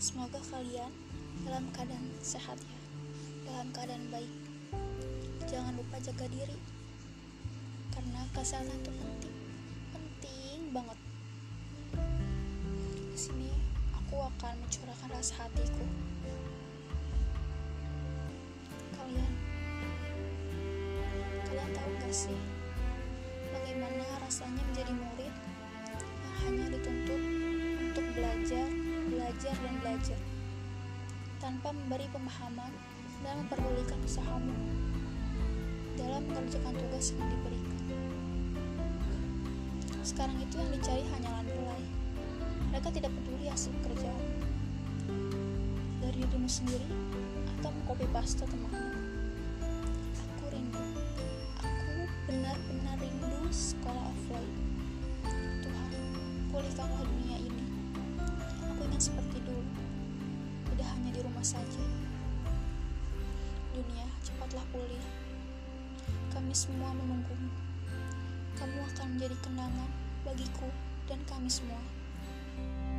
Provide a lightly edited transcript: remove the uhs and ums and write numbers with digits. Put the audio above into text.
Semoga kalian dalam keadaan sehat ya, dalam keadaan baik. Jangan lupa jaga diri, karena kesehatan itu penting banget. Di sini aku akan mencurahkan rasa hatiku. Kalian tahu gak sih bagaimana rasanya menjadi murid yang hanya dituntut untuk belajar dan belajar tanpa memberi pemahaman dan memperdulikan usahamu dalam mengerjakan tugas yang diberikan. Sekarang itu yang dicari hanyalah nilai. Mereka tidak peduli hasil pekerjaan dari dirimu sendiri atau mengcopy paste temanmu. Aku benar-benar rindu sekolah offline. Tuhan, pulihkanlah dunia ini. Aku ingin seperti dulu, tidak hanya di rumah saja. Dunia, cepatlah pulih. Kami semua menunggumu. Kamu akan menjadi kenangan bagiku dan kami semua.